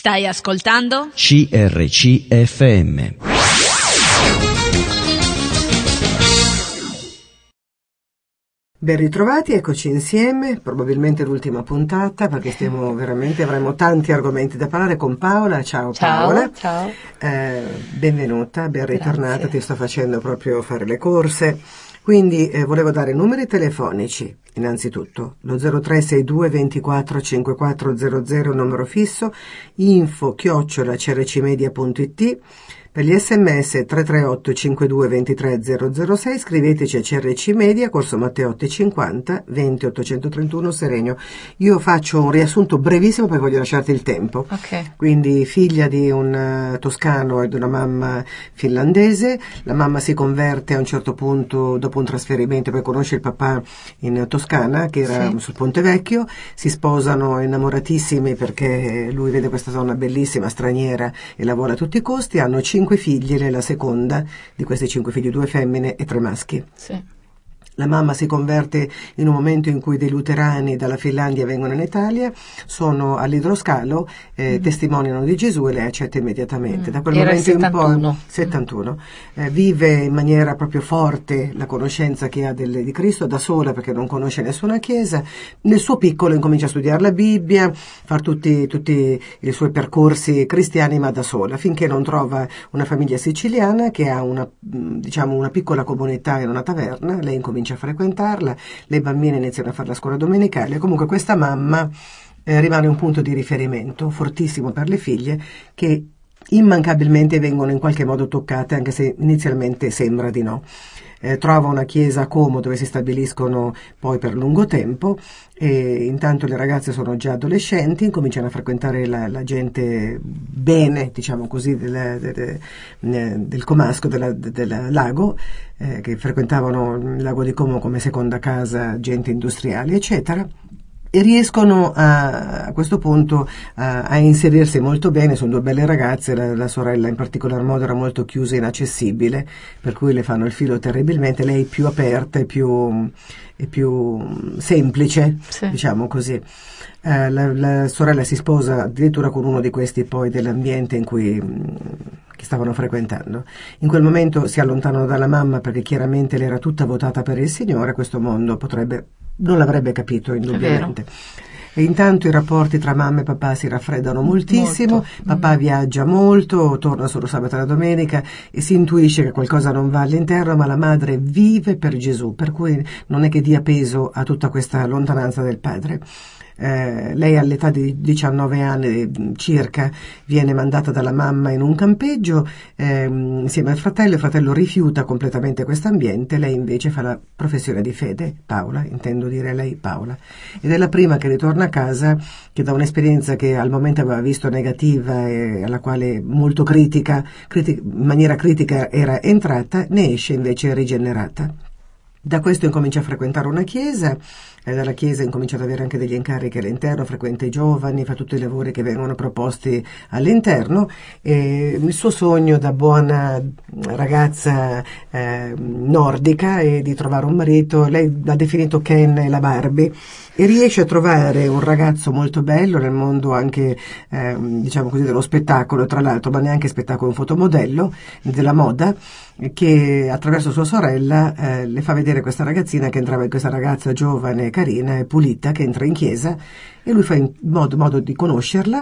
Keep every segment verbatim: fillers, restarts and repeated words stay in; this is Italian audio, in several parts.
Stai ascoltando C R C F M. Ben ritrovati, eccoci insieme, probabilmente l'ultima puntata perché stiamo veramente, avremo tanti argomenti da parlare con Paola. Ciao, ciao Paola. Ciao. Eh, benvenuta, ben ritornata, Grazie. Ti sto facendo proprio fare le corse. Quindi eh, volevo dare numeri telefonici, innanzitutto lo zero tre sei due ventiquattro cinquantaquattro zero zero, numero fisso, info chiocciola crcmedia punto it. Per gli sms tre tre otto cinquantadue ventitré zero zero sei, scriveteci a C R C Media, Corso Matteotti cinquanta, venti ottocentotrentuno Serenio. Io faccio un riassunto brevissimo, poi voglio lasciarti il tempo. Okay. Quindi figlia di un uh, toscano e di una mamma finlandese, la mamma si converte a un certo punto dopo un trasferimento, poi conosce il papà in Toscana che era sì. sul Ponte Vecchio, si sposano innamoratissimi perché lui vede questa donna bellissima, straniera e la vuole a tutti i costi, hanno cinque figli, lei è la seconda di questi cinque figli, due femmine e tre maschi. Sì. La mamma si converte in un momento in cui dei luterani dalla Finlandia vengono in Italia, sono all'idroscalo, eh, mm. testimoniano di Gesù e lei accetta immediatamente. Mm. Da quel Era momento settantuno. in poi, settantuno, eh, vive in maniera proprio forte la conoscenza che ha del, di Cristo da sola perché non conosce nessuna chiesa. Nel suo piccolo incomincia a studiare la Bibbia, fare tutti, tutti i suoi percorsi cristiani ma da sola, finché non trova una famiglia siciliana che ha una, diciamo, una piccola comunità in una taverna. Lei incomincia a frequentarla, le bambine iniziano a fare la scuola domenicale, comunque questa mamma eh, rimane un punto di riferimento fortissimo per le figlie che immancabilmente vengono in qualche modo toccate, anche se inizialmente sembra di no. Eh, trova una chiesa a Como dove si stabiliscono poi per lungo tempo e intanto le ragazze sono già adolescenti, incominciano a frequentare la, la gente bene, diciamo così, del, del, del, del comasco, della, del lago, eh, che frequentavano il lago di Como come seconda casa, gente industriale, eccetera. E riescono a, a questo punto a, a inserirsi molto bene, sono due belle ragazze, la, la sorella in particolar modo era molto chiusa e inaccessibile, per cui le fanno il filo terribilmente, lei più aperta e più, e più semplice, sì. diciamo così. Eh, la, la sorella si sposa addirittura con uno di questi poi dell'ambiente in cui che stavano frequentando. In quel momento si allontanano dalla mamma perché chiaramente lei era tutta votata per il Signore, questo mondo potrebbe non l'avrebbe capito indubbiamente. E intanto i rapporti tra mamma e papà si raffreddano moltissimo, molto. Papà mm. viaggia molto, torna solo sabato e la domenica e si intuisce che qualcosa non va all'interno, ma la madre vive per Gesù, per cui non è che dia peso a tutta questa lontananza del padre. Eh, lei all'età di diciannove anni circa viene mandata dalla mamma in un campeggio eh, insieme al fratello. Il fratello rifiuta completamente questo ambiente, lei invece fa la professione di fede, Paola, intendo dire lei Paola, ed è la prima che ritorna a casa, che da un'esperienza che al momento aveva visto negativa e alla quale molto critica, critica in maniera critica era entrata, ne esce invece rigenerata. Da questo incomincia a frequentare una chiesa, e dalla chiesa incomincia ad avere anche degli incarichi all'interno, frequenta i giovani, fa tutti i lavori che vengono proposti all'interno e il suo sogno da buona ragazza eh, nordica è di trovare un marito, lei l'ha definito Ken e la Barbie, e riesce a trovare un ragazzo molto bello nel mondo anche eh, diciamo così dello spettacolo, tra l'altro, ma neanche spettacolo, un fotomodello della moda, che attraverso sua sorella eh, le fa vedere questa ragazzina che entrava in questa ragazza giovane, carina e pulita, che entra in chiesa, e lui fa in modo, modo di conoscerla,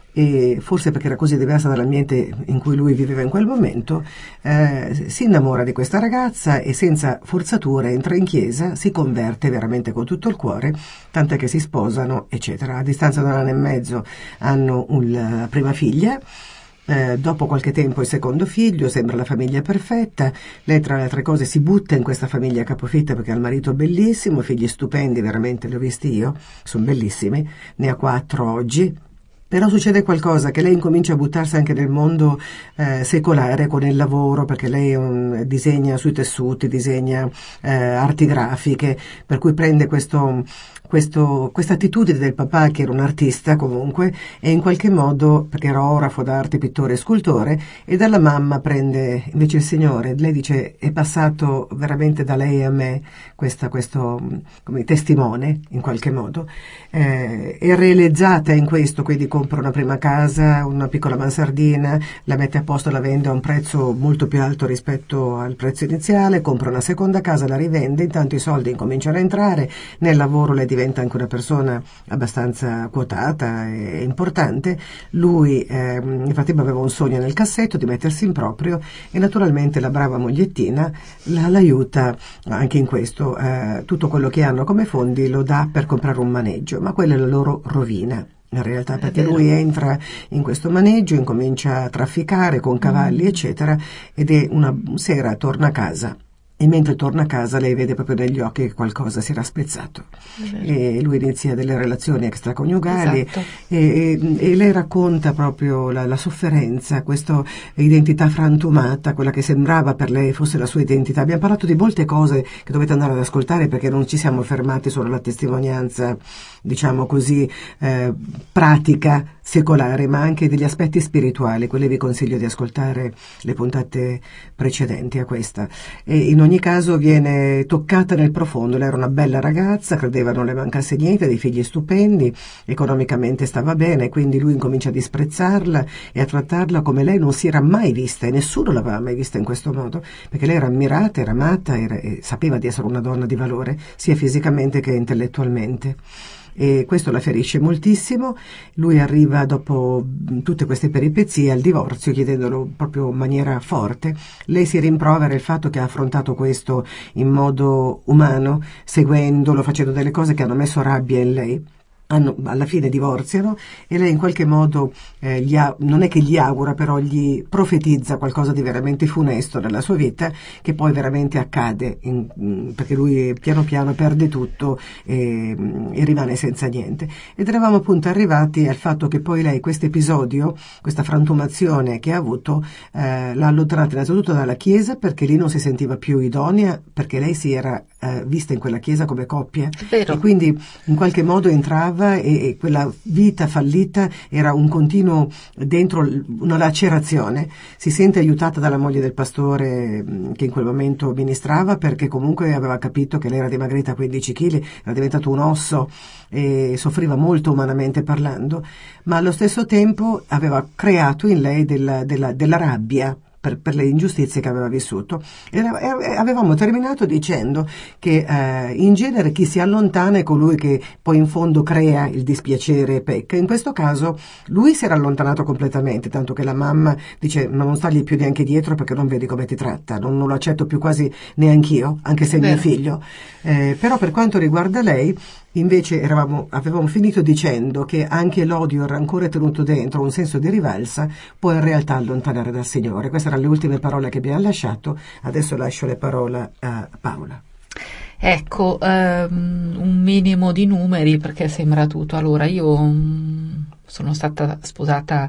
e forse perché era così diversa dall'ambiente in cui lui viveva in quel momento, eh, si innamora di questa ragazza e senza forzature entra in chiesa, si converte veramente con tutto il cuore, tant'è che si sposano, eccetera. A distanza di un anno e mezzo hanno una prima figlia. Eh, dopo qualche tempo il secondo figlio, sembra la famiglia perfetta. Lei tra le altre cose si butta in questa famiglia capofitto perché ha il marito bellissimo, figli stupendi, veramente li ho visti io, sono bellissimi, ne ha quattro oggi. Però succede qualcosa, che lei incomincia a buttarsi anche nel mondo eh, secolare con il lavoro, perché lei um, disegna sui tessuti, disegna eh, arti grafiche, per cui prende questo, questo, questa attitudine del papà, che era un artista comunque, e in qualche modo, perché era orafo d'arte, pittore e scultore, e dalla mamma prende invece il Signore. Lei dice: è passato veramente da lei a me questa, questo come testimone in qualche modo. Eh, è realizzata in questo, quindi compra una prima casa, una piccola mansardina, la mette a posto, la vende a un prezzo molto più alto rispetto al prezzo iniziale, compra una seconda casa, la rivende, intanto i soldi incominciano a entrare, nel lavoro lei diventa anche una persona abbastanza quotata e importante. Lui eh, nel frattempo aveva un sogno nel cassetto di mettersi in proprio, e naturalmente la brava mogliettina la, l'aiuta anche in questo. Eh, tutto quello che hanno come fondi lo dà per comprare un maneggio, ma quella è la loro rovina in realtà, perché lui entra in questo maneggio, incomincia a trafficare con cavalli, mm. eccetera, ed è una sera torna a casa. E mentre torna a casa lei vede proprio negli occhi che qualcosa si era spezzato, e lui inizia delle relazioni extraconiugali, esatto. e, e, e lei racconta proprio la, la sofferenza, questa identità frantumata, quella che sembrava per lei fosse la sua identità. Abbiamo parlato di molte cose che dovete andare ad ascoltare, perché non ci siamo fermati solo alla testimonianza, diciamo così, eh, pratica, secolare, ma anche degli aspetti spirituali. Quelli vi consiglio di ascoltare le puntate precedenti a questa. E in ogni caso viene toccata nel profondo. Lei era una bella ragazza, credeva non le mancasse niente, dei figli stupendi, economicamente stava bene, quindi lui incomincia a disprezzarla e a trattarla come lei non si era mai vista, e nessuno l'aveva mai vista in questo modo, perché lei era ammirata, era amata, era, e sapeva di essere una donna di valore, sia fisicamente che intellettualmente. E questo la ferisce moltissimo. Lui arriva dopo tutte queste peripezie al divorzio, chiedendolo proprio in maniera forte. Lei si rimprovera il fatto che ha affrontato questo in modo umano, seguendolo, facendo delle cose che hanno messo rabbia in lei. Hanno, alla fine divorziano, e lei in qualche modo eh, gli ha, non è che gli augura, però gli profetizza qualcosa di veramente funesto nella sua vita, che poi veramente accade, in, perché lui piano piano perde tutto e, e rimane senza niente. Ed eravamo appunto arrivati al fatto che poi lei, questo episodio, questa frantumazione che ha avuto, eh, l'ha allontanata innanzitutto dalla chiesa, perché lì non si sentiva più idonea, perché lei si era eh, vista in quella chiesa come coppia, Vero. E quindi in qualche modo entrava, e, e quella vita fallita era un continuo dentro, una lacerazione. Si sente aiutata dalla moglie del pastore che in quel momento ministrava, perché comunque aveva capito che lei era dimagrita quindici chili, era diventato un osso e soffriva molto umanamente parlando, ma allo stesso tempo aveva creato in lei della, della, della rabbia Per, per le ingiustizie che aveva vissuto. E, e avevamo terminato dicendo che eh, in genere chi si allontana è colui che poi in fondo crea il dispiacere e pecca. In questo caso lui si era allontanato completamente, tanto che la mamma dice: ma non stargli più neanche dietro, perché non vedi come ti tratta, non, non lo accetto più quasi neanch'io, anche se è mio figlio. Eh, però per quanto riguarda lei, invece eravamo, avevamo finito dicendo che anche l'odio e il rancore tenuto dentro, un senso di rivalsa, può in realtà allontanare dal Signore. Queste erano le ultime parole che abbiamo lasciato. Adesso lascio le parole a Paola. Ecco, um, un minimo di numeri, perché sembra tutto. Allora, io um, sono stata sposata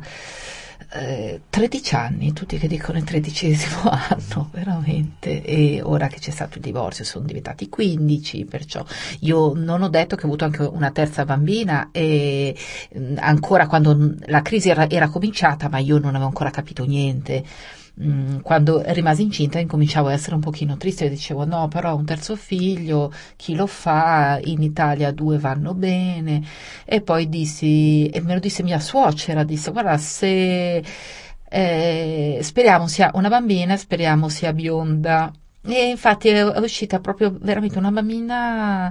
Eh, tredici anni, tutti che dicono il tredicesimo anno, veramente, e ora che c'è stato il divorzio sono diventati quindici, perciò io non ho detto che ho avuto anche una terza bambina, e mh, ancora quando la crisi era, era cominciata, ma io non avevo ancora capito niente. Quando rimasi incinta incominciavo a essere un pochino triste e dicevo: no, però un terzo figlio chi lo fa, in Italia due vanno bene. E poi dissi, e me lo disse mia suocera, disse: guarda, se eh, speriamo sia una bambina, speriamo sia bionda. E infatti è uscita proprio veramente una bambina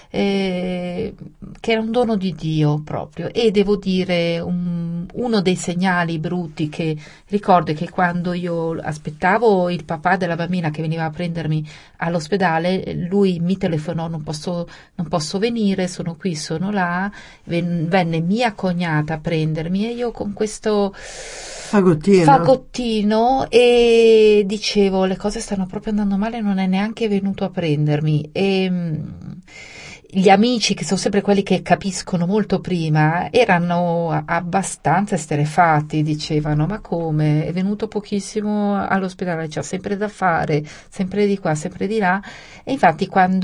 eh, che era un dono di Dio proprio. E devo dire, un, uno dei segnali brutti che ricordo è che quando io aspettavo il papà della bambina che veniva a prendermi all'ospedale, lui mi telefonò: non posso, non posso venire, sono qui, sono là. Venne mia cognata a prendermi, e io con questo fagottino. fagottino e dicevo: le cose stanno proprio andando male, non è neanche venuto a prendermi. E gli amici, che sono sempre quelli che capiscono molto prima, erano abbastanza esterrefatti, dicevano: ma come, è venuto pochissimo all'ospedale, c'ha sempre da fare, sempre di qua, sempre di là. E infatti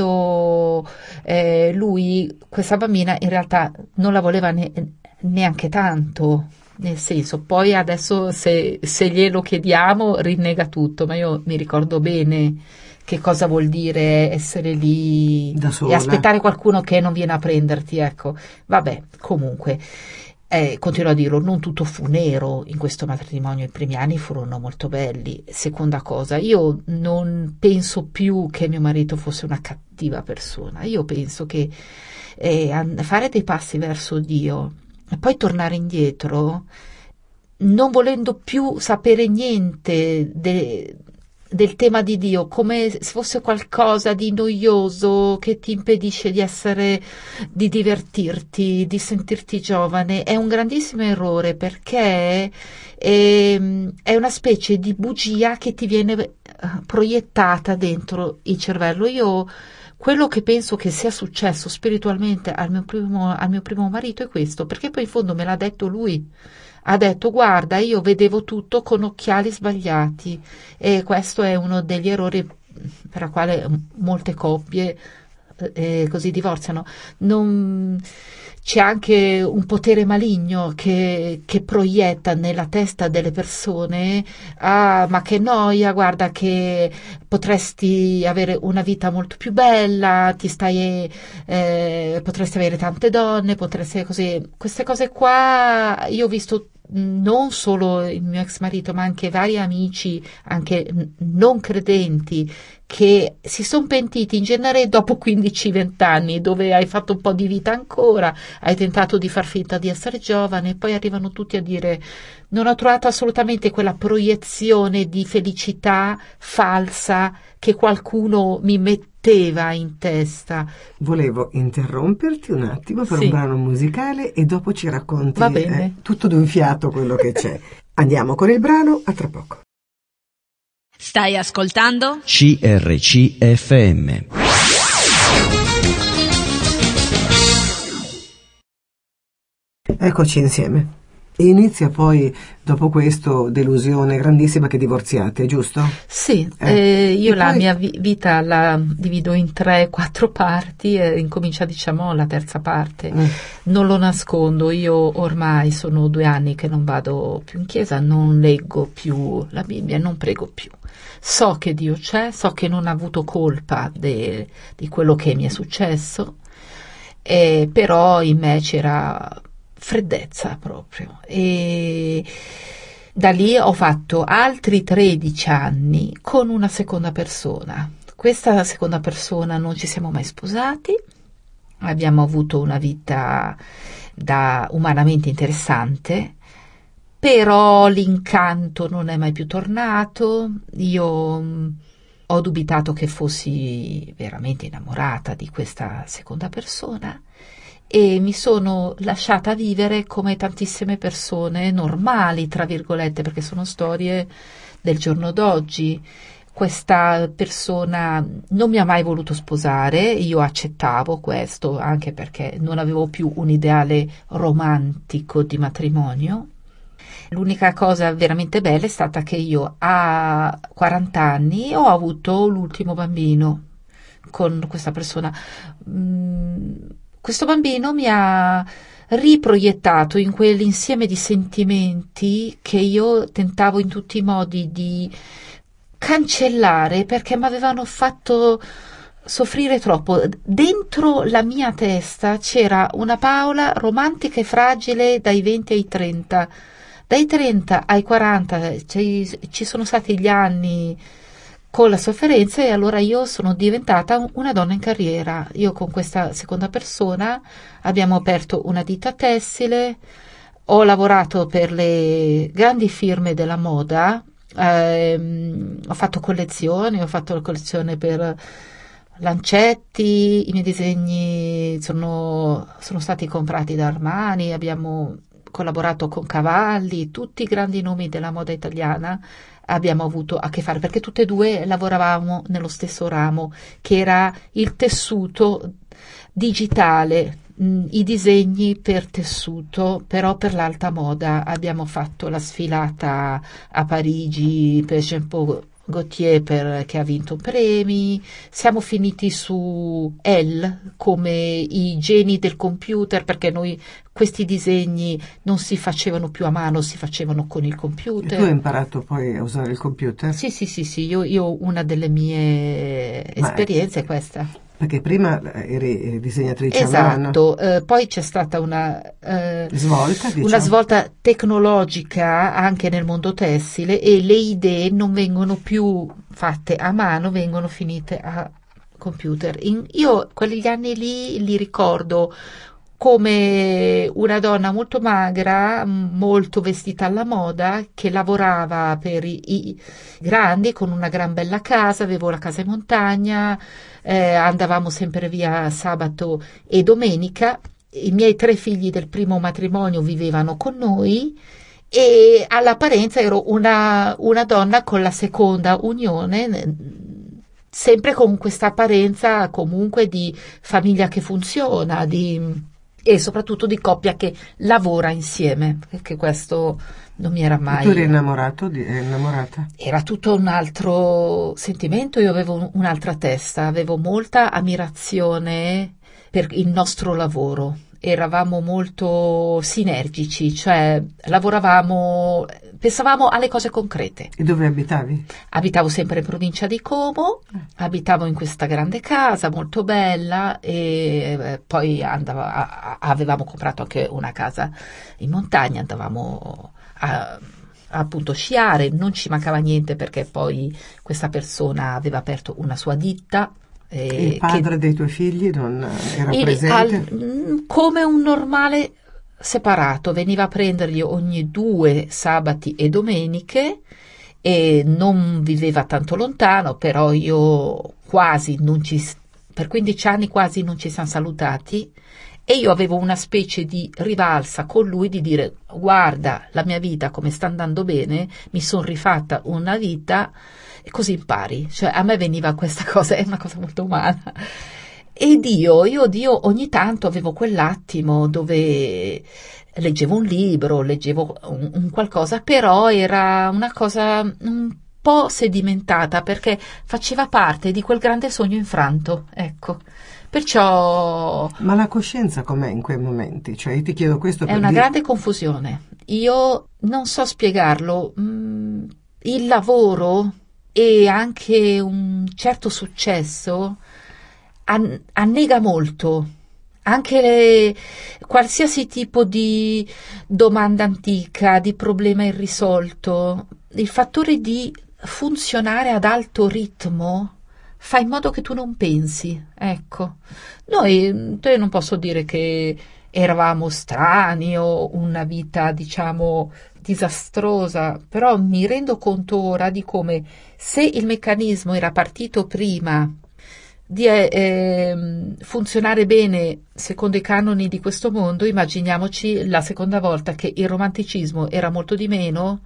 quando eh, lui, questa bambina in realtà non la voleva ne- neanche tanto, nel senso, poi adesso se, se glielo chiediamo rinnega tutto, ma io mi ricordo bene che cosa vuol dire essere lì Da e sola. aspettare qualcuno che non viene a prenderti, ecco. Vabbè, comunque, eh, continuo a dirlo, non tutto fu nero in questo matrimonio, i primi anni furono molto belli. Seconda cosa, io non penso più che mio marito fosse una cattiva persona, io penso che eh, fare dei passi verso Dio e poi tornare indietro, non volendo più sapere niente de- del tema di Dio, come se fosse qualcosa di noioso che ti impedisce di essere, di divertirti, di sentirti giovane, è un grandissimo errore, perché è, è una specie di bugia che ti viene proiettata dentro il cervello. Io quello che penso che sia successo spiritualmente al mio primo, al mio primo marito è questo, perché poi in fondo me l'ha detto lui. Ha detto: guarda, io vedevo tutto con occhiali sbagliati, e questo è uno degli errori per la quale molte coppie eh, così divorziano. Non, c'è anche un potere maligno che, che proietta nella testa delle persone: ah, ma che noia, guarda che potresti avere una vita molto più bella, ti stai, eh, potresti avere tante donne, potresti così. Queste cose qua io ho visto non solo il mio ex marito, ma anche vari amici, anche non credenti, che si sono pentiti in genere dopo quindici venti anni, dove hai fatto un po' di vita ancora, hai tentato di far finta di essere giovane, e poi arrivano tutti a dire: non ho trovato assolutamente quella proiezione di felicità falsa che qualcuno mi metteva in testa. Volevo interromperti un attimo per Sì. un brano musicale e dopo ci racconti Va bene. eh, tutto d'un fiato quello che c'è. Andiamo con il brano, a tra poco. Stai ascoltando? C R C F M. Eccoci insieme. E inizia poi, dopo questo, delusione grandissima, che divorziate, giusto? Sì, Eh. eh, io E la poi- mia vi- vita la divido in tre quattro parti e incomincia, diciamo, la terza parte. Mm. Non lo nascondo, io ormai sono due anni che non vado più in chiesa, non leggo più la Bibbia, non prego più. So che Dio c'è, so che non ho avuto colpa de- di quello che mi è successo, eh, però in me c'era freddezza proprio, e da lì ho fatto altri tredici anni con una seconda persona. Questa seconda persona non ci siamo mai sposati, abbiamo avuto una vita da umanamente interessante, però l'incanto non è mai più tornato. Io mh, ho dubitato che fossi veramente innamorata di questa seconda persona, e mi sono lasciata vivere come tantissime persone normali, tra virgolette, perché sono storie del giorno d'oggi. Questa persona non mi ha mai voluto sposare, io accettavo questo anche perché non avevo più un ideale romantico di matrimonio. L'unica cosa veramente bella è stata che io a quaranta anni ho avuto l'ultimo bambino con questa persona. Mm, questo bambino mi ha riproiettato in quell'insieme di sentimenti che io tentavo in tutti i modi di cancellare, perché mi avevano fatto soffrire troppo. Dentro la mia testa c'era una Paola romantica e fragile dai venti ai trenta. Dai trenta ai quaranta ci, ci sono stati gli anni con la sofferenza, e allora io sono diventata una donna in carriera. Io con questa seconda persona abbiamo aperto una ditta tessile, ho lavorato per le grandi firme della moda, ehm, ho fatto collezioni, ho fatto la collezione per Lancetti, i miei disegni sono, sono stati comprati da Armani, abbiamo collaborato con Cavalli, tutti i grandi nomi della moda italiana abbiamo avuto a che fare, perché tutte e due lavoravamo nello stesso ramo, che era il tessuto digitale, mh, i disegni per tessuto, però per l'alta moda. Abbiamo fatto la sfilata a Parigi per Jean Paul Gaultier per, che ha vinto premi, siamo finiti su Elle come i geni del computer, perché noi questi disegni non si facevano più a mano, si facevano con il computer. E tu hai imparato poi a usare il computer? Sì, sì, sì, sì, io, io una delle mie Ma esperienze è questa. Perché prima eri disegnatrice a mano. Esatto, eh, poi c'è stata una, eh, Svolta, diciamo. una svolta tecnologica anche nel mondo tessile, e le idee non vengono più fatte a mano, vengono finite a computer. In- io quegli anni lì li ricordo come una donna molto magra, molto vestita alla moda, che lavorava per i, i grandi, con una gran bella casa. Avevo la casa in montagna, eh, andavamo sempre via sabato e domenica. I miei tre figli del primo matrimonio vivevano con noi, e all'apparenza ero una, una donna con la seconda unione, sempre con questa apparenza comunque di famiglia che funziona, di e soprattutto di coppia che lavora insieme, perché questo non mi era mai... E tu eri innamorato, di, innamorata? Era tutto un altro sentimento, io avevo un, un'altra testa, avevo molta ammirazione per il nostro lavoro, eravamo molto sinergici, cioè lavoravamo, pensavamo alle cose concrete. E dove abitavi? Abitavo sempre in provincia di Como, abitavo in questa grande casa molto bella, e eh, poi andava, a- a- avevamo comprato anche una casa in montagna, andavamo a, a appunto sciare, non ci mancava niente perché poi questa persona aveva aperto una sua ditta. E il padre che, dei tuoi figli non era il- presente? al- come un normale separato, veniva a prenderli ogni due sabati e domeniche, e non viveva tanto lontano, però io quasi non ci, per quindici anni quasi non ci siamo salutati, e io avevo una specie di rivalsa con lui di dire: guarda, la mia vita come sta andando bene, mi sono rifatta una vita e così impari. Cioè a me veniva questa cosa, è una cosa molto umana. Ed io, io Dio, ogni tanto avevo quell'attimo dove leggevo un libro, leggevo un, un qualcosa, però era una cosa un po' sedimentata, perché faceva parte di quel grande sogno infranto, ecco. Perciò Ma la coscienza com'è in quei momenti? Cioè, io ti chiedo questo è per una dire- grande confusione. Io non so spiegarlo. Mm, il lavoro e anche un certo successo an- annega molto. Anche le- qualsiasi tipo di domanda antica, di problema irrisolto, il fattore di funzionare ad alto ritmo fa in modo che tu non pensi, ecco. Noi, io non posso dire che eravamo strani o una vita, diciamo, disastrosa, però mi rendo conto ora di come, se il meccanismo era partito prima di eh, funzionare bene secondo i canoni di questo mondo, immaginiamoci la seconda volta che il romanticismo era molto di meno,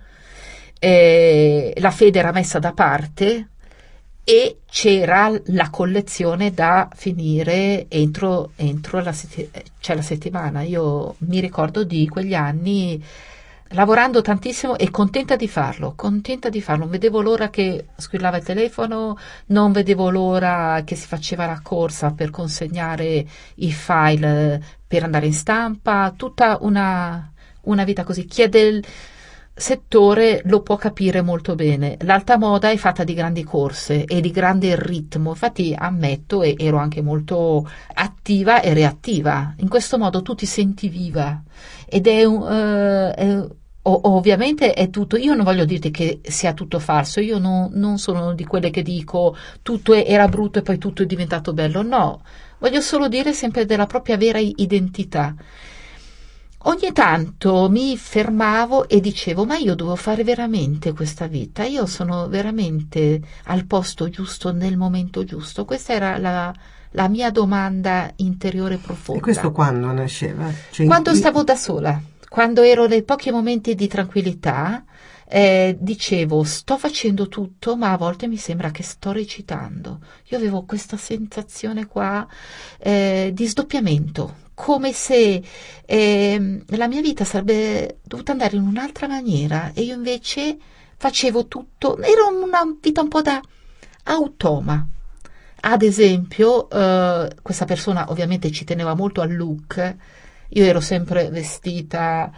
eh, la fede era messa da parte e c'era la collezione da finire entro, entro la, seti- cioè la settimana. Io mi ricordo di quegli anni lavorando tantissimo e contenta di farlo, contenta di farlo, non vedevo l'ora che squillava il telefono, non vedevo l'ora che si faceva la corsa per consegnare i file per andare in stampa, tutta una, una vita così. Chi è del settore lo può capire molto bene, l'alta moda è fatta di grandi corse e di grande ritmo, infatti ammetto e ero anche molto attiva e reattiva, in questo modo tu ti senti viva ed è un... Uh, è, ovviamente è tutto, io non voglio dirti che sia tutto falso, io no, non sono di quelle che dico tutto è, era brutto e poi tutto è diventato bello, no, voglio solo dire sempre della propria vera identità. Ogni tanto mi fermavo e dicevo: ma io devo fare veramente questa vita? Io sono veramente al posto giusto nel momento giusto? Questa era la, la mia domanda interiore profonda. E questo quando nasceva? Cioè, Quando in- stavo da sola. quando ero nei pochi momenti di tranquillità, eh, dicevo sto facendo tutto, ma a volte mi sembra che sto recitando. Io avevo questa sensazione qua eh, di sdoppiamento, come se eh, la mia vita sarebbe dovuta andare in un'altra maniera e io invece facevo tutto, era una vita un po' da automa. Ad esempio, eh, questa persona ovviamente ci teneva molto al look, io ero sempre vestita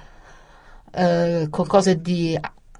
eh, con cose di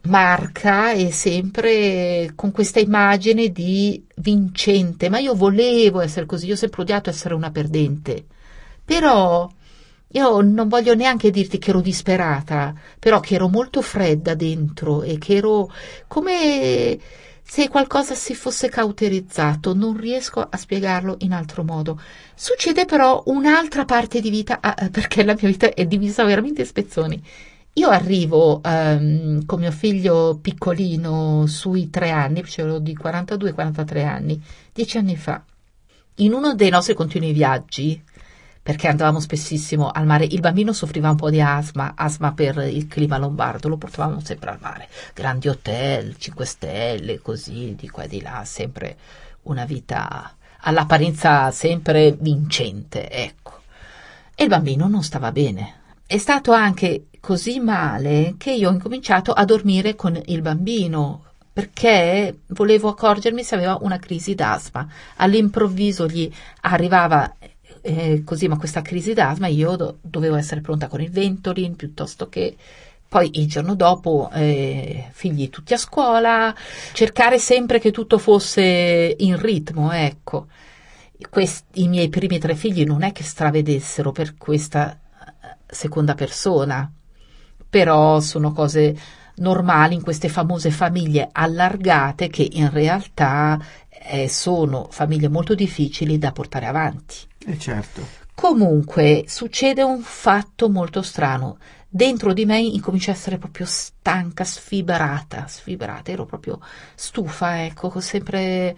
marca e sempre con questa immagine di vincente, ma io volevo essere così, io ho sempre odiato essere una perdente, però io non voglio neanche dirti che ero disperata, però che ero molto fredda dentro e che ero come se qualcosa si fosse cauterizzato, non riesco a spiegarlo in altro modo. Succede però un'altra parte di vita, ah, perché la mia vita è divisa veramente in spezzoni. Io arrivo um, con mio figlio piccolino sui tre anni, cioè di quarantadue quarantatré anni, dieci anni fa, in uno dei nostri continui viaggi, perché andavamo spessissimo al mare, il bambino soffriva un po' di asma, asma per il clima lombardo, lo portavamo sempre al mare, grandi hotel, cinque stelle, così, di qua e di là, sempre una vita all'apparenza sempre vincente, ecco. E il bambino non stava bene. È stato anche così male che io ho incominciato a dormire con il bambino, perché volevo accorgermi se aveva una crisi d'asma. All'improvviso gli arrivava eh, così, ma questa crisi d'asma, io do- dovevo essere pronta con il Ventolin, piuttosto che poi il giorno dopo eh, figli tutti a scuola, cercare sempre che tutto fosse in ritmo, ecco. Questi, i miei primi tre figli non è che stravedessero per questa seconda persona, però sono cose normali in queste famose famiglie allargate che in realtà eh, sono famiglie molto difficili da portare avanti. Eh certo. Comunque succede un fatto molto strano. Dentro di me incomincio a essere proprio stanca, sfibrata, sfibrata, ero proprio stufa, ecco, sempre.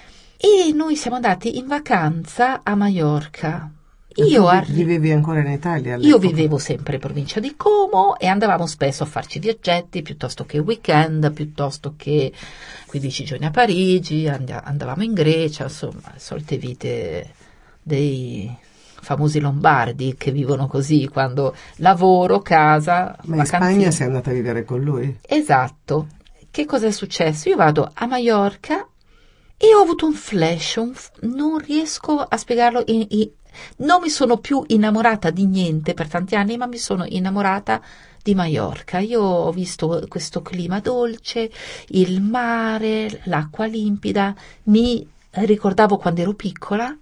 E noi siamo andati in vacanza a Maiorca. Io arri- vivevi ancora in Italia all'epoca? Io vivevo sempre in provincia di Como e andavamo spesso a farci viaggetti, piuttosto che weekend, piuttosto che quindici giorni a Parigi, and- andavamo in Grecia, insomma, le solite vite dei famosi lombardi che vivono così, quando lavoro, casa, Ma in Spagna sei andata a vivere con lui? Esatto. Che cosa è successo? Io vado a Maiorca e ho avuto un flash, un f- non riesco a spiegarlo in, in non mi sono più innamorata di niente per tanti anni, ma mi sono innamorata di Maiorca. Io ho visto questo clima dolce, il mare, l'acqua limpida, mi ricordavo quando ero piccola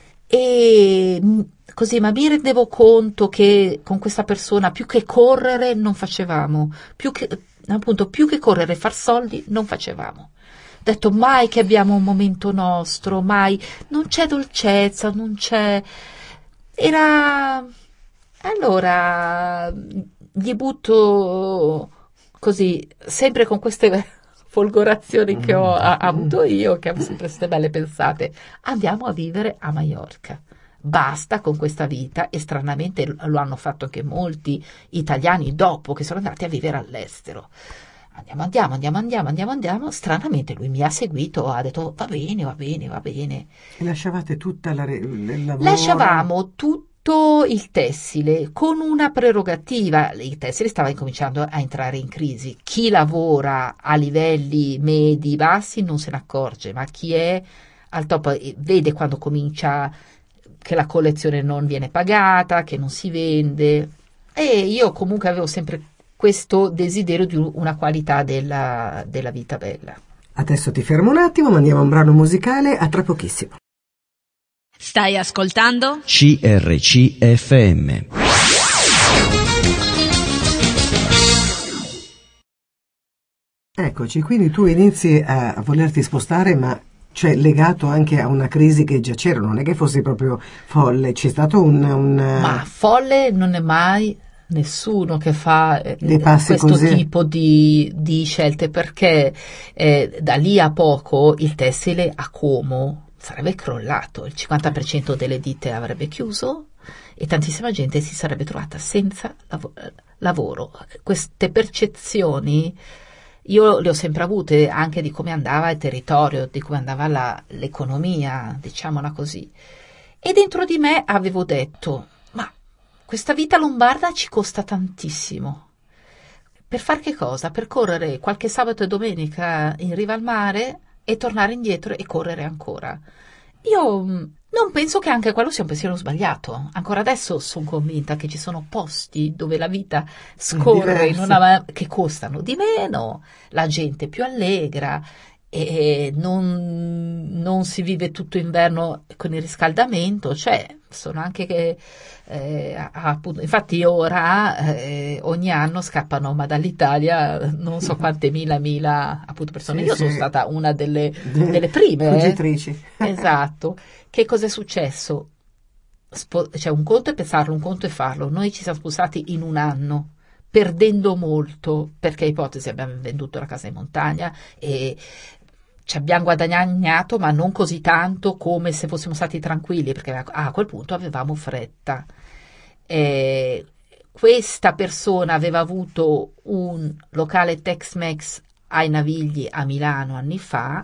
e così, ma mi rendevo conto che con questa persona più che correre non facevamo, più che, appunto, più che correre e far soldi non facevamo. Ho detto mai che abbiamo un momento nostro, mai, non c'è dolcezza, non c'è. Era. Allora gli butto così, sempre con queste folgorazioni che ho a, avuto io, che ho sempre queste belle pensate, andiamo a vivere a Maiorca. Basta con questa vita, e stranamente lo hanno fatto anche molti italiani dopo che sono andati a vivere all'estero. Andiamo, andiamo, andiamo, andiamo, andiamo, andiamo. Stranamente lui mi ha seguito, ha detto va bene, va bene, va bene. E lasciavate tutta la re- il lavoro? Lasciavamo tutto il tessile con una prerogativa. Il tessile stava incominciando a entrare in crisi. Chi lavora a livelli medi, bassi non se ne accorge, ma chi è al top vede quando comincia che la collezione non viene pagata, che non si vende. E io comunque avevo sempre questo desiderio di una qualità della, della vita bella. Adesso ti fermo un attimo, mandiamo un brano musicale, a tra pochissimo. Stai ascoltando? C R C F M. Eccoci, quindi tu inizi a, a volerti spostare, ma cioè legato anche a una crisi che già c'era, non è che fossi proprio folle, c'è stato un... un... Ma folle non è mai nessuno che fa eh, questo così. tipo di, di scelte, perché eh, da lì a poco il tessile a Como sarebbe crollato, il cinquanta per cento delle ditte avrebbe chiuso, e tantissima gente si sarebbe trovata senza lav- lavoro. Queste percezioni io le ho sempre avute, anche di come andava il territorio, di come andava la, l'economia, diciamola così. E dentro di me avevo detto, ma questa vita lombarda ci costa tantissimo. Per far che cosa? Per correre qualche sabato e domenica in riva al mare e tornare indietro e correre ancora. Io non penso che anche quello sia un pensiero sbagliato. Ancora adesso sono convinta che ci sono posti dove la vita scorre in una, che costano di meno, la gente è più allegra e non, non si vive tutto inverno con il riscaldamento, cioè sono anche che eh, appunto, infatti ora eh, ogni anno scappano ma dall'Italia non so quante mila mila appunto persone. Sì, io sì. Sono stata una delle, delle prime fuggitrici. Eh? Esatto. Che cosa è successo? Spo- cioè un conto è pensarlo, un conto è farlo. Noi ci siamo spostati in un anno, perdendo molto, perché ipotesi abbiamo venduto la casa in montagna e ci abbiamo guadagnato, ma non così tanto come se fossimo stati tranquilli, perché a quel punto avevamo fretta. E questa persona aveva avuto un locale Tex-Mex ai Navigli a Milano anni fa,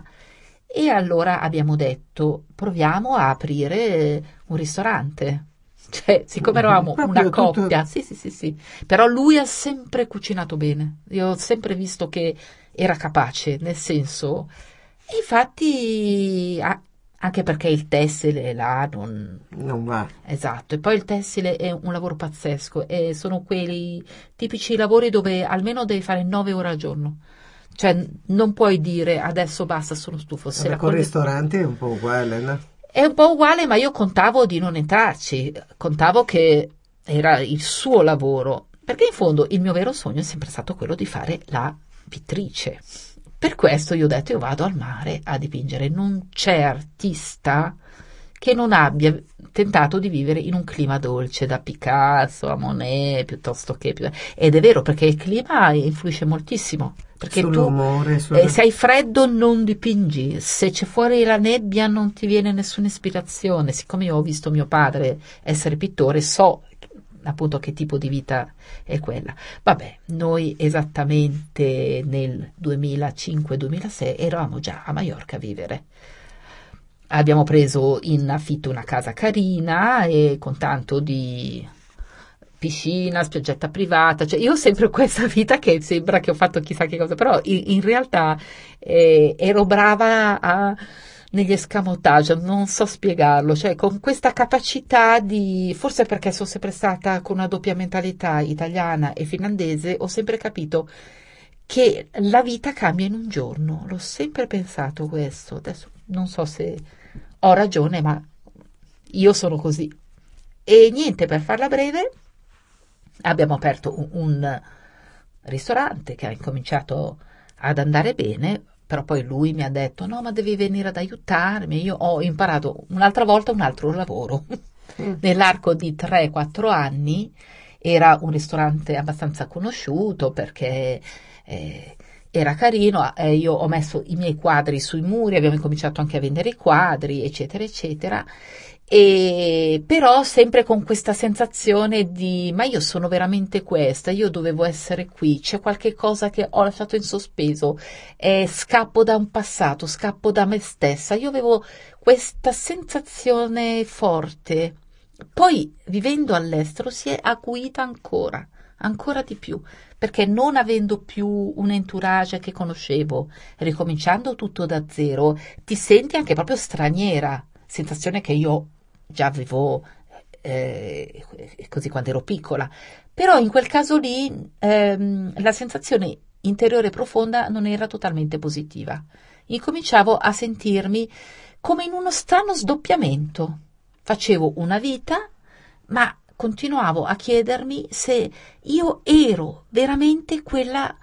e allora abbiamo detto proviamo a aprire un ristorante. Cioè, siccome eravamo Proprio una coppia, tutto... sì, sì, sì, sì, però lui ha sempre cucinato bene. Io ho sempre visto che era capace, nel senso, e infatti, anche perché il tessile là non... non va. Esatto, e poi il tessile è un lavoro pazzesco e sono quei tipici lavori dove almeno devi fare nove ore al giorno. Cioè, non puoi dire adesso basta, sono stufo. Se Vabbè, la con il col- ristorante è un po' uguale, no? È un po' uguale, ma io contavo di non entrarci, contavo che era il suo lavoro, perché in fondo il mio vero sogno è sempre stato quello di fare la pittrice. Per questo io ho detto io vado al mare a dipingere. Non c'è artista che non abbia tentato di vivere in un clima dolce, da Picasso a Monet, piuttosto che... Ed è vero, perché il clima influisce moltissimo. Perché sull'umore, tu sulla... eh, se hai freddo non dipingi, se c'è fuori la nebbia non ti viene nessuna ispirazione. Siccome io ho visto mio padre essere pittore, so appunto che tipo di vita è quella. Vabbè, noi esattamente nel duemilacinque duemilasei eravamo già a Maiorca a vivere. Abbiamo preso in affitto una casa carina e con tanto di piscina, spiaggetta privata, cioè io ho sempre questa vita che sembra che ho fatto chissà che cosa, però in, in realtà eh, ero brava a, negli escamotage, non so spiegarlo, cioè con questa capacità di, forse perché sono sempre stata con una doppia mentalità italiana e finlandese, ho sempre capito che la vita cambia in un giorno, l'ho sempre pensato questo, adesso non so se ho ragione, ma io sono così. E niente, per farla breve, abbiamo aperto un, un ristorante che ha incominciato ad andare bene, però poi lui mi ha detto no, ma devi venire ad aiutarmi. Io ho imparato un'altra volta un altro lavoro. Mm. Nell'arco di tre quattro anni era un ristorante abbastanza conosciuto perché eh, era carino, eh, io ho messo i miei quadri sui muri, abbiamo incominciato anche a vendere i quadri, eccetera, eccetera. E però sempre con questa sensazione di ma io sono veramente questa, io dovevo essere qui, c'è qualche cosa che ho lasciato in sospeso, eh, scappo da un passato, scappo da me stessa, io avevo questa sensazione forte. Poi vivendo all'estero si è acuita ancora, ancora di più, perché non avendo più un entourage che conoscevo, ricominciando tutto da zero, ti senti anche proprio straniera, sensazione che io già avevo eh, così quando ero piccola, però in quel caso lì ehm, la sensazione interiore profonda non era totalmente positiva. Incominciavo a sentirmi come in uno strano sdoppiamento. Facevo una vita, ma continuavo a chiedermi se io ero veramente quella,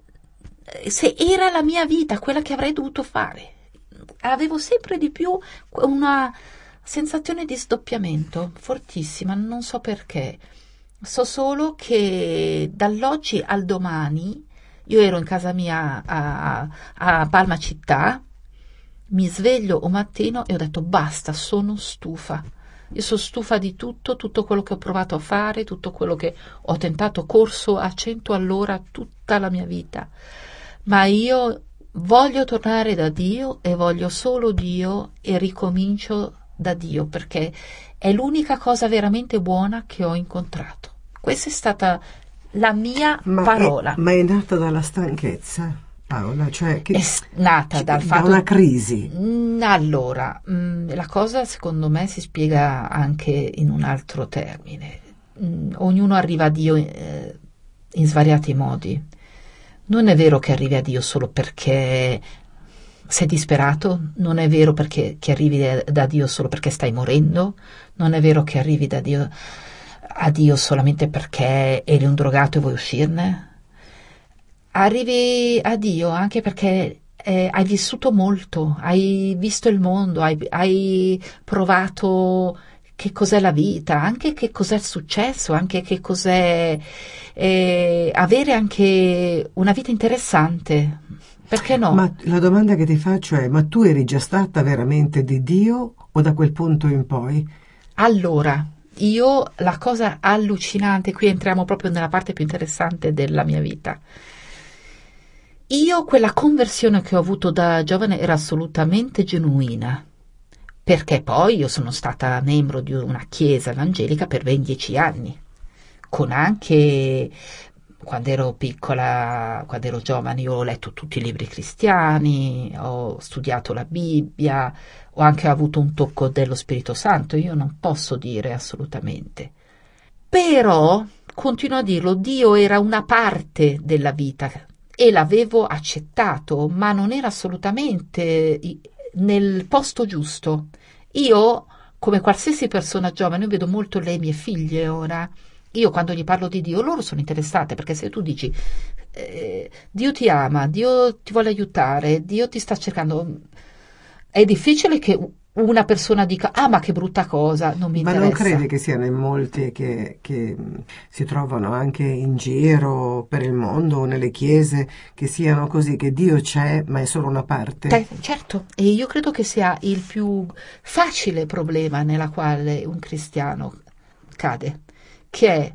se era la mia vita, quella che avrei dovuto fare. Avevo sempre di più una sensazione di sdoppiamento fortissima, non so perché. So solo che dall'oggi al domani io ero in casa mia a, a Palma Città, mi sveglio un mattino e ho detto basta, sono stufa, Io sono stufa di tutto, tutto quello che ho provato a fare, tutto quello che ho tentato, corso a cento all'ora tutta la mia vita. Ma io voglio tornare da Dio e voglio solo Dio e ricomincio da Dio, perché è l'unica cosa veramente buona che ho incontrato. Questa è stata la mia ma parola. È, ma è nata dalla stanchezza, Paola? Cioè che, è nata dal fatto... da una crisi? Allora, mh, la cosa secondo me si spiega anche in un altro termine. Mh, ognuno arriva a Dio eh, in svariati modi. Non è vero che arrivi a Dio solo perché sei disperato, non è vero perché, che arrivi da Dio solo perché stai morendo, non è vero che arrivi da Dio, a Dio solamente perché eri un drogato e vuoi uscirne. Arrivi a Dio anche perché eh, hai vissuto molto, hai visto il mondo, hai, hai provato che cos'è la vita, anche che cos'è il successo, anche che cos'è eh, avere anche una vita interessante. Perché no? Ma la domanda che ti faccio è: ma tu eri già stata veramente di Dio o da quel punto in poi? Allora, io la cosa allucinante, qui entriamo proprio nella parte più interessante della mia vita. Io quella conversione che ho avuto da giovane era assolutamente genuina, perché poi io sono stata membro di una chiesa evangelica per ben dieci anni, con anche... Quando ero piccola, quando ero giovane, io ho letto tutti i libri cristiani, ho studiato la Bibbia, ho anche avuto un tocco dello Spirito Santo, io non posso dire assolutamente. Però, continuo a dirlo, Dio era una parte della vita e l'avevo accettato, ma non era assolutamente nel posto giusto. Io, come qualsiasi persona giovane, io vedo molto le mie figlie ora. Io quando gli parlo di Dio, loro sono interessate, perché se tu dici eh, Dio ti ama, Dio ti vuole aiutare, Dio ti sta cercando, è difficile che una persona dica ah ma che brutta cosa, non mi ma interessa. Ma non credi che siano in molti che, che si trovano anche in giro per il mondo, nelle chiese, che siano così, che Dio c'è ma è solo una parte? Te, certo, e io credo che sia il più facile problema nella quale un cristiano cade, che è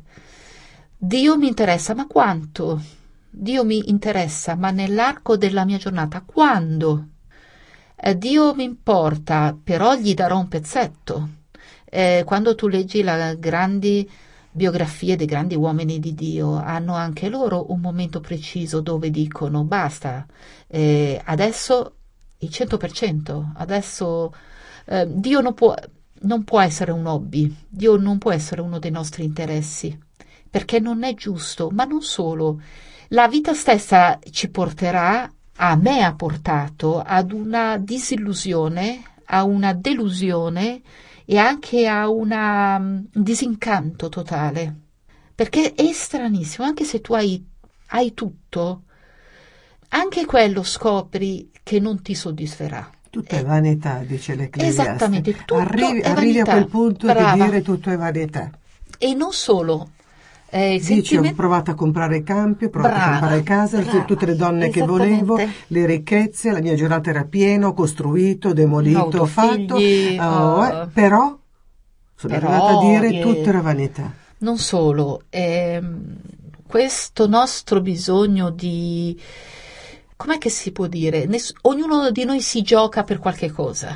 Dio mi interessa, ma quanto? Dio mi interessa, ma nell'arco della mia giornata, quando? Eh, Dio mi importa, però gli darò un pezzetto. Eh, quando tu leggi le grandi biografie dei grandi uomini di Dio, hanno anche loro un momento preciso dove dicono basta, eh, adesso il cento per cento, adesso eh, Dio non può... non può essere un hobby, Dio non può essere uno dei nostri interessi, perché non è giusto, ma non solo. La vita stessa ci porterà, a me ha portato, ad una disillusione, a una delusione e anche a una, un disincanto totale, perché è stranissimo, anche se tu hai, hai tutto, anche quello scopri che non ti soddisferà. Tutto è vanità, dice l'Ecclesiaste. Esattamente, tutto arrivi, è arrivi vanità. a quel punto Brava. di dire tutto è vanità. E non solo. Eh, Dici, sentiment- ho provato a comprare campi, ho provato Brava, a comprare casa, brava, tutte le donne che esattamente. volevo, le ricchezze, la mia giornata era piena, ho costruito, demolito, Ho avuto ho fatto, figli, oh, eh, oh. però sono Però, arrivata a dire eh, tutto era vanità. Non solo, ehm, questo nostro bisogno di... com'è che si può dire? Ness- ognuno di noi si gioca per qualche cosa.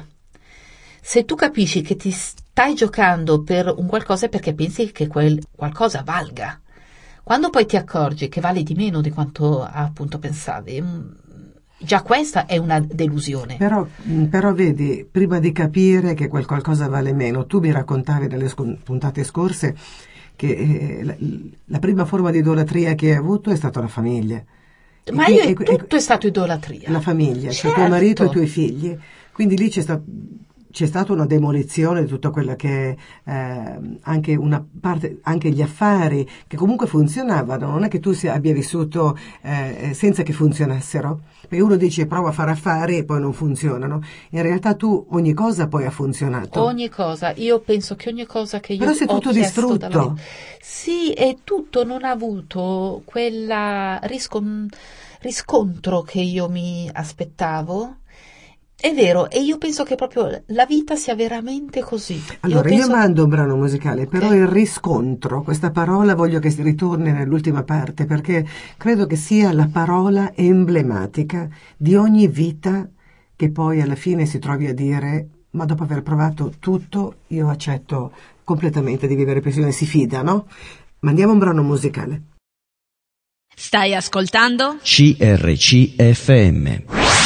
Se tu capisci che ti stai giocando per un qualcosa è perché pensi che quel qualcosa valga. Quando poi ti accorgi che vale di meno di quanto appunto pensavi, già questa è una delusione. Però, però vedi, prima di capire che quel qualcosa vale meno, tu mi raccontavi nelle sc- puntate scorse che eh, la, la prima forma di idolatria che hai avuto è stata la famiglia. Ma E, io, e, tutto e, è stato idolatria. La famiglia, Certo. cioè tuo marito e i tuoi figli. Quindi lì c'è stato... C'è stata una demolizione di tutta quella che è eh, anche una parte, anche gli affari che comunque funzionavano, non è che tu sia, abbia vissuto eh, senza che funzionassero, perché uno dice prova a fare affari e poi non funzionano, in realtà tu ogni cosa poi ha funzionato. Ogni cosa, io penso che ogni cosa che io Però sei ho tutto chiesto distrutto. dalla vita, sì, e tutto non ha avuto quella riscon- riscontro che io mi aspettavo. È vero, e io penso che proprio la vita sia veramente così. Allora, io, io penso... mando un brano musicale, però Okay. il riscontro, questa parola voglio che si ritorni nell'ultima parte, perché credo che sia la parola emblematica di ogni vita che poi alla fine si trovi a dire, ma dopo aver provato tutto, io accetto completamente di vivere pensione, si fida, no? Mandiamo un brano musicale. Stai ascoltando? C R C F M.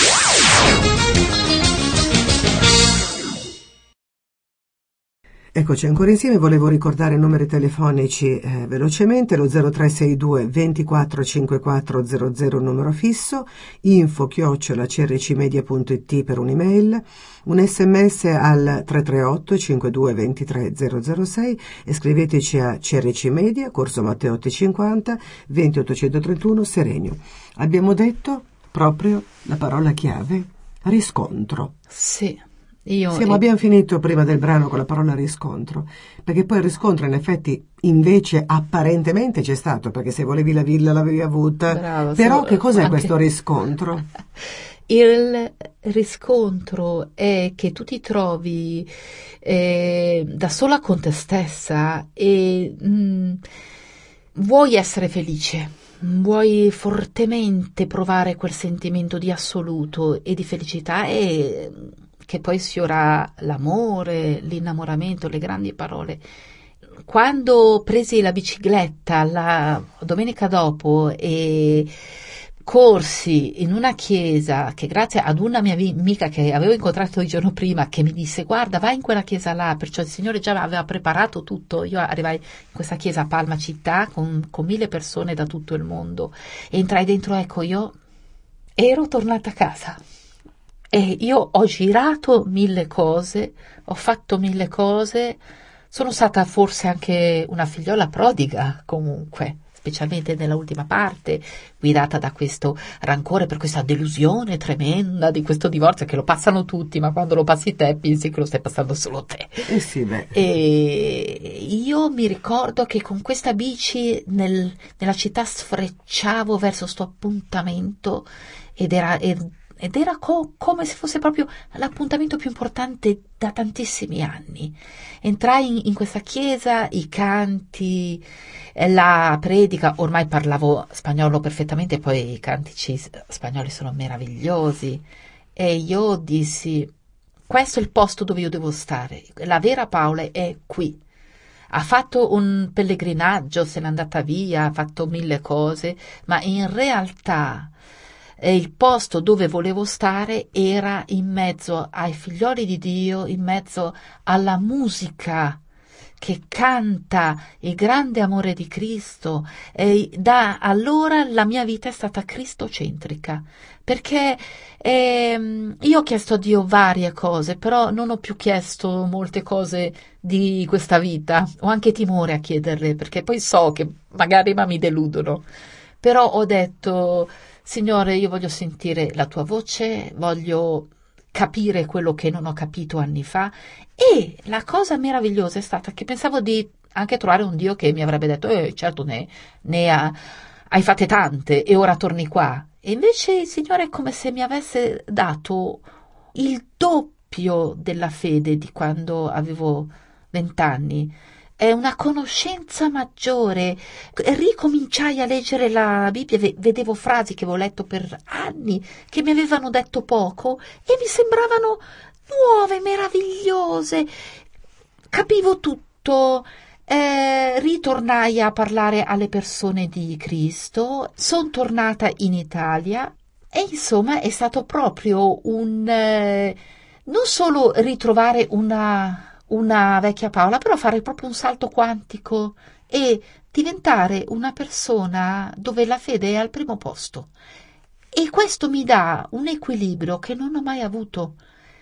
Eccoci ancora insieme, volevo ricordare i numeri telefonici eh, velocemente, lo zero tre sei due ventiquattro cinquantaquattro zero zero numero fisso, info chiocciola crcmedia punto it per un'email, un sms al tre tre otto cinquantadue ventitré zero zero sei e scriveteci a crcmedia, Corso Matteotti cinquanta, venti ottocentotrentuno Serenio. Abbiamo detto proprio la parola chiave, riscontro. Sì. Io Sì, ma e... abbiamo finito prima del brano con la parola riscontro, perché poi il riscontro in effetti invece apparentemente c'è stato, perché se volevi la villa l'avevi avuta. Bravo, Però se... che cos'è anche... questo riscontro? Il riscontro è che tu ti trovi eh, da sola con te stessa e mh, vuoi essere felice, vuoi fortemente provare quel sentimento di assoluto e di felicità e che poi sfiora l'amore, l'innamoramento, le grandi parole. Quando presi la bicicletta la domenica dopo e corsi in una chiesa che grazie ad una mia amica che avevo incontrato il giorno prima che mi disse guarda vai in quella chiesa là, perciò il Signore già aveva preparato tutto, io arrivai in questa chiesa a Palma città con, con mille persone da tutto il mondo, entrai dentro, ecco io ero tornata a casa. E io ho girato mille cose, ho fatto mille cose, sono stata forse anche una figliola prodiga comunque, specialmente nella ultima parte, guidata da questo rancore per questa delusione tremenda di questo divorzio che lo passano tutti, ma quando lo passi te pensi che lo stai passando solo te. Eh sì, beh. E io mi ricordo che con questa bici nel, nella città sfrecciavo verso sto appuntamento ed era... Ed, Ed era co- come se fosse proprio l'appuntamento più importante da tantissimi anni. Entrai in, in questa chiesa, i canti, la predica, ormai parlavo spagnolo perfettamente, poi i cantici spagnoli sono meravigliosi. E io dissi, questo è il posto dove io devo stare, la vera Paola è qui. Ha fatto un pellegrinaggio, se n'è andata via, ha fatto mille cose, ma in realtà... E il posto dove volevo stare era in mezzo ai figlioli di Dio, in mezzo alla musica che canta il grande amore di Cristo, e da allora la mia vita è stata cristocentrica, perché eh, io ho chiesto a Dio varie cose, però non ho più chiesto molte cose di questa vita, ho anche timore a chiederle, perché poi so che magari ma mi deludono, però ho detto... Signore, io voglio sentire la tua voce, voglio capire quello che non ho capito anni fa e la cosa meravigliosa è stata che pensavo di anche trovare un Dio che mi avrebbe detto eh, certo ne, ne ha, hai fatte tante e ora torni qua. E invece il Signore è come se mi avesse dato il doppio della fede di quando avevo vent'anni. È una conoscenza maggiore. Ricominciai a leggere la Bibbia, vedevo frasi che avevo letto per anni, che mi avevano detto poco e mi sembravano nuove, meravigliose. Capivo tutto. Eh, ritornai a parlare alle persone di Cristo, sono tornata in Italia e insomma è stato proprio un... Eh, non solo ritrovare una... una vecchia Paola, però fare proprio un salto quantico e diventare una persona dove la fede è al primo posto. E questo mi dà un equilibrio che non ho mai avuto.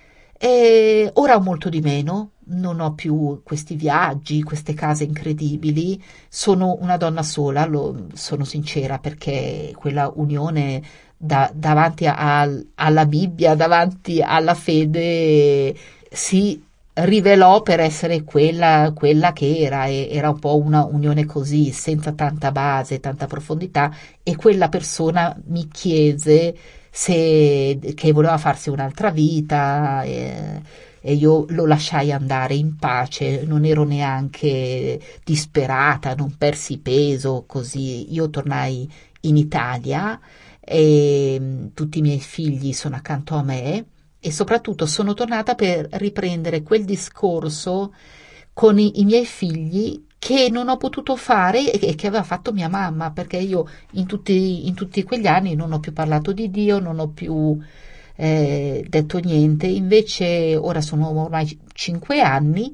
E ora ho molto di meno, non ho più questi viaggi, queste case incredibili, sono una donna sola, lo, sono sincera, perché quella unione da, davanti a, alla Bibbia, davanti alla fede, si rivelò per essere quella, quella che era, e era un po' una unione così, senza tanta base, tanta profondità, e quella persona mi chiese se, che voleva farsi un'altra vita, eh, e io lo lasciai andare in pace, non ero neanche disperata, non persi peso, così. Io tornai in Italia e tutti i miei figli sono accanto a me, e soprattutto sono tornata per riprendere quel discorso con i, i miei figli che non ho potuto fare e che aveva fatto mia mamma, perché io in tutti, in tutti quegli anni non ho più parlato di Dio, non ho più eh, detto niente. Invece ora sono ormai cinque anni,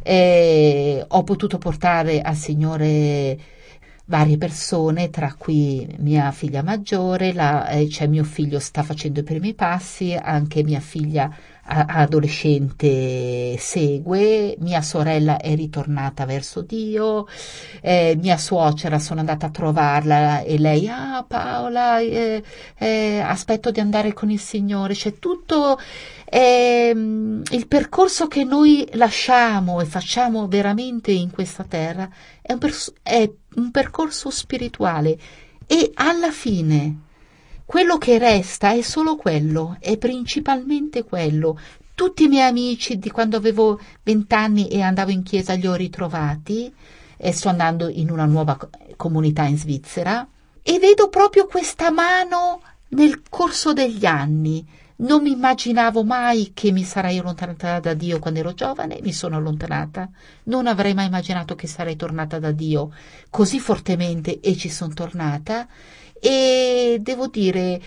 e ho potuto portare al Signore varie persone, tra cui mia figlia maggiore, la, eh, cioè mio figlio sta facendo i primi passi, anche mia figlia a, adolescente segue, mia sorella è ritornata verso Dio, eh, mia suocera sono andata a trovarla e lei, ah Paola, eh, eh, aspetto di andare con il Signore. C'è tutto eh, il percorso che noi lasciamo e facciamo veramente in questa terra, è un, pers- è un percorso spirituale, e alla fine quello che resta è solo quello, è principalmente quello. Tutti i miei amici di quando avevo vent'anni e andavo in chiesa li ho ritrovati, e sto andando in una nuova comunità in Svizzera, e vedo proprio questa mano nel corso degli anni. Non mi immaginavo mai che mi sarei allontanata da Dio quando ero giovane, mi sono allontanata. Non avrei mai immaginato che sarei tornata da Dio così fortemente, e ci sono tornata. E devo dire,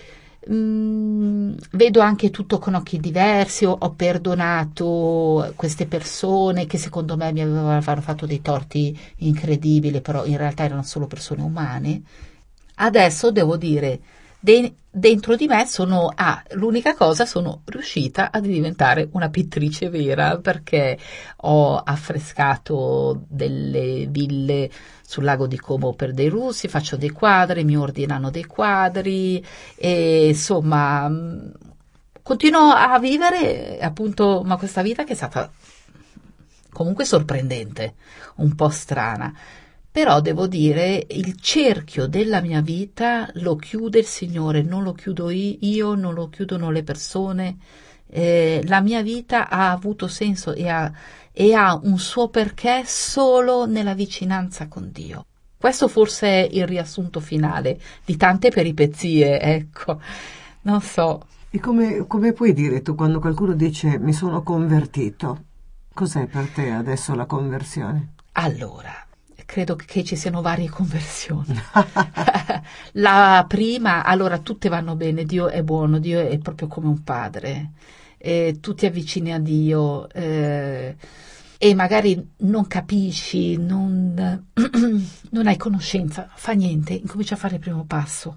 mh, vedo anche tutto con occhi diversi. Ho, ho perdonato queste persone che secondo me mi avevano fatto dei torti incredibili, però in realtà erano solo persone umane. Adesso devo dire, de- dentro di me sono, ah, l'unica cosa, sono riuscita a diventare una pittrice vera, perché ho affrescato delle ville sul lago di Como per dei russi, faccio dei quadri, mi ordinano dei quadri, e insomma continuo a vivere appunto ma questa vita che è stata comunque sorprendente, un po' strana. Però devo dire, il cerchio della mia vita lo chiude il Signore, non lo chiudo io, non lo chiudono le persone. Eh, la mia vita ha avuto senso e ha, e ha un suo perché solo nella vicinanza con Dio. Questo forse è il riassunto finale di tante peripezie, ecco, non so. E come, come puoi dire tu, quando qualcuno dice mi sono convertito, cos'è per te adesso la conversione? Allora, credo che ci siano varie conversioni. La prima, allora, tutte vanno bene, Dio è buono, Dio è proprio come un padre, eh, tu ti avvicini a Dio, eh, e magari non capisci, non, non hai conoscenza, fa niente, incomincia a fare il primo passo.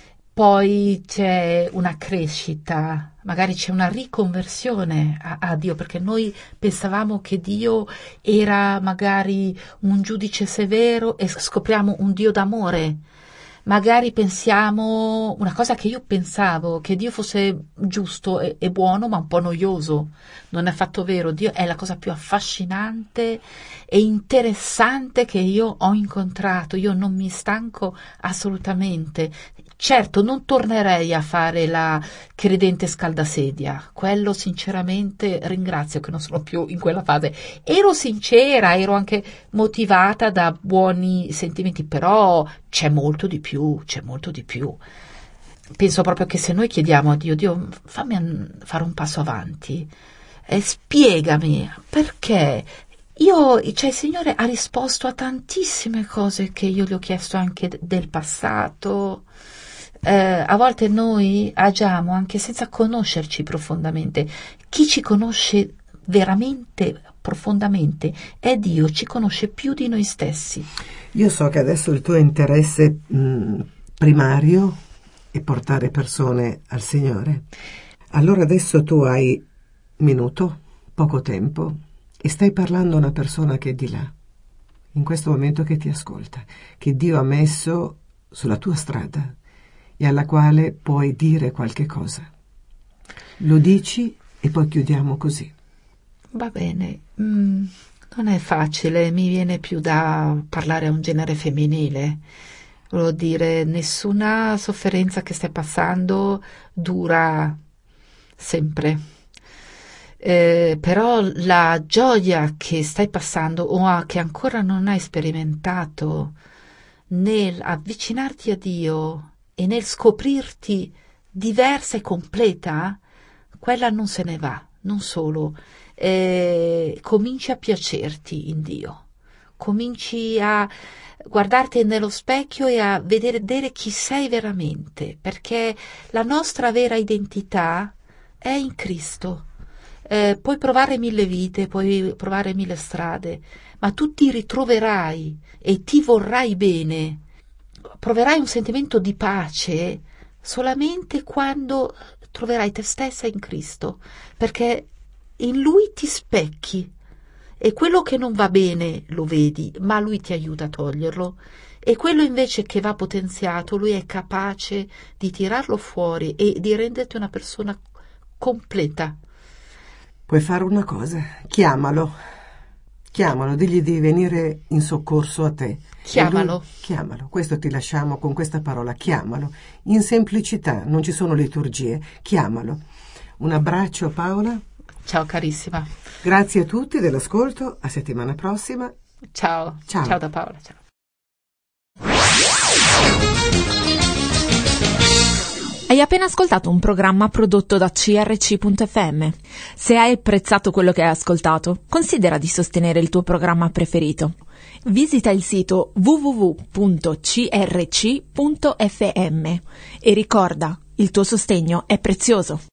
Poi c'è una crescita, magari c'è una riconversione a, a Dio, perché noi pensavamo che Dio era magari un giudice severo e scopriamo un Dio d'amore. Magari pensiamo, una cosa che io pensavo, che Dio fosse giusto e, e buono ma un po' noioso. Non è affatto vero, Dio è la cosa più affascinante e interessante che io ho incontrato. Io non mi stanco assolutamente. Certo, non tornerei a fare la credente scaldasedia, quello sinceramente ringrazio che non sono più in quella fase. Ero sincera, ero anche motivata da buoni sentimenti, però c'è molto di più, c'è molto di più. Penso proprio che se noi chiediamo a Dio, Dio fammi fare un passo avanti, eh, spiegami perché. Io, cioè il Signore ha risposto a tantissime cose che io gli ho chiesto anche del passato. Eh, a volte noi agiamo anche senza conoscerci profondamente. Chi ci conosce veramente profondamente è Dio, ci conosce più di noi stessi. Io so che adesso il tuo interesse mh, primario è portare persone al Signore. Allora adesso tu hai minuto, poco tempo, e stai parlando a una persona che è di là, in questo momento, che ti ascolta, che Dio ha messo sulla tua strada e alla quale puoi dire qualche cosa. Lo dici e poi chiudiamo così. Va bene, mm, non è facile, mi viene più da parlare a un genere femminile, volevo dire, nessuna sofferenza che stai passando dura sempre. Eh, però la gioia che stai passando o che ancora non hai sperimentato nel avvicinarti a Dio e nel scoprirti diversa e completa, quella non se ne va. Non solo, eh, cominci a piacerti in Dio, cominci a guardarti nello specchio e a vedere chi sei veramente, perché la nostra vera identità è in Cristo. Eh, puoi provare mille vite, puoi provare mille strade, ma tu ti ritroverai e ti vorrai bene, proverai un sentimento di pace solamente quando troverai te stessa in Cristo, perché in Lui ti specchi e quello che non va bene lo vedi, ma Lui ti aiuta a toglierlo, e quello invece che va potenziato, Lui è capace di tirarlo fuori e di renderti una persona completa. Puoi fare una cosa, chiamalo, chiamalo, digli di venire in soccorso a te. Chiamalo. Lui, chiamalo, questo ti lasciamo con questa parola, chiamalo, in semplicità, non ci sono liturgie, chiamalo. Un abbraccio Paola. Ciao carissima. Grazie a tutti dell'ascolto, a settimana prossima. Ciao. Ciao, Ciao da Paola. Ciao. Hai appena ascoltato un programma prodotto da C R C punto F M. Se hai apprezzato quello che hai ascoltato, considera di sostenere il tuo programma preferito. Visita il sito w w w punto c r c punto f m e ricorda, il tuo sostegno è prezioso.